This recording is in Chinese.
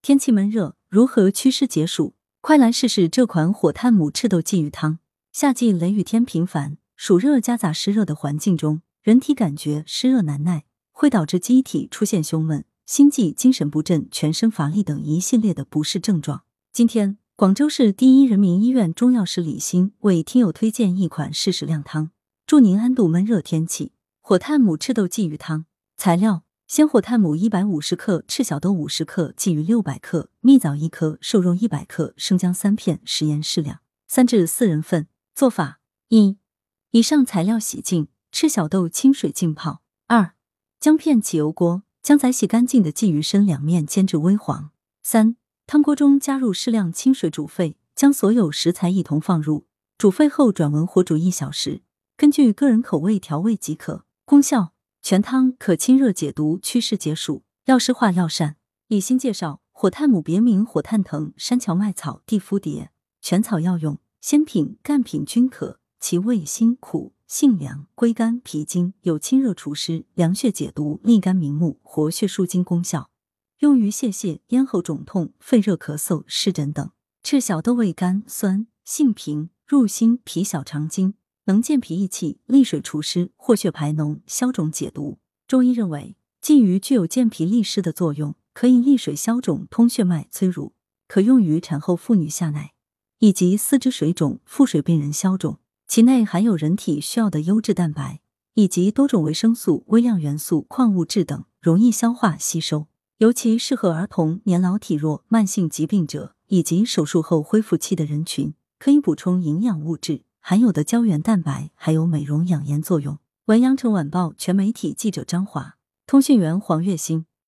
天气闷热，如何祛湿解暑？快来试试这款火炭母赤豆鲫鱼汤。夏季雷雨天频繁，暑热夹杂湿热的环境中，人体感觉湿热难耐，会导致机体出现胸闷、心悸、精神不振、全身乏力等一系列的不适症状。今天，广州市第一人民医院中药师李欣为听友推荐一款试食靓汤，助您安度闷热天气。火炭母赤豆鲫鱼汤。材料：鲜火炭母150克，赤小豆50克，鲫鱼600克，蜜枣1颗，瘦肉100克，生姜3片，食盐适量。3至4人份。做法：一、以上材料洗净，赤小豆清水浸泡。2、姜片起油锅，将宰洗干净的鲫鱼身两面煎至微黄。3、汤锅中加入适量清水煮沸，将所有食材一同放入，煮沸后转文火煮1小时，根据个人口味调味即可。功效：全汤可清热解毒、祛湿解暑。药师化药膳。李欣介绍，火炭母别名火炭藤、山荞麦草、地肤蝶，全草药用，鲜品、干品均可，其味辛苦，性凉，归肝脾经，有清热除湿、凉血解毒、利肝明目、活血舒筋功效，用于泄泻、咽喉肿痛、肺热咳嗽、湿疹等。赤小豆味甘酸，性平，入心，脾小肠经，能健脾益气、利水除湿、活血排脓、消肿解毒。中医认为，鲫鱼具有健脾利湿的作用，可以利水消肿、通血脉、催乳，可用于产后妇女下奶，以及四肢水肿、腹水病人消肿。其内含有人体需要的优质蛋白，以及多种维生素、微量元素、矿物质等，容易消化吸收，尤其适合儿童、年老体弱、慢性疾病者以及手术后恢复期的人群，可以补充营养物质，含有的胶原蛋白还有美容养颜作用。文阳城晚报全媒体记者张华，通讯员黄月星。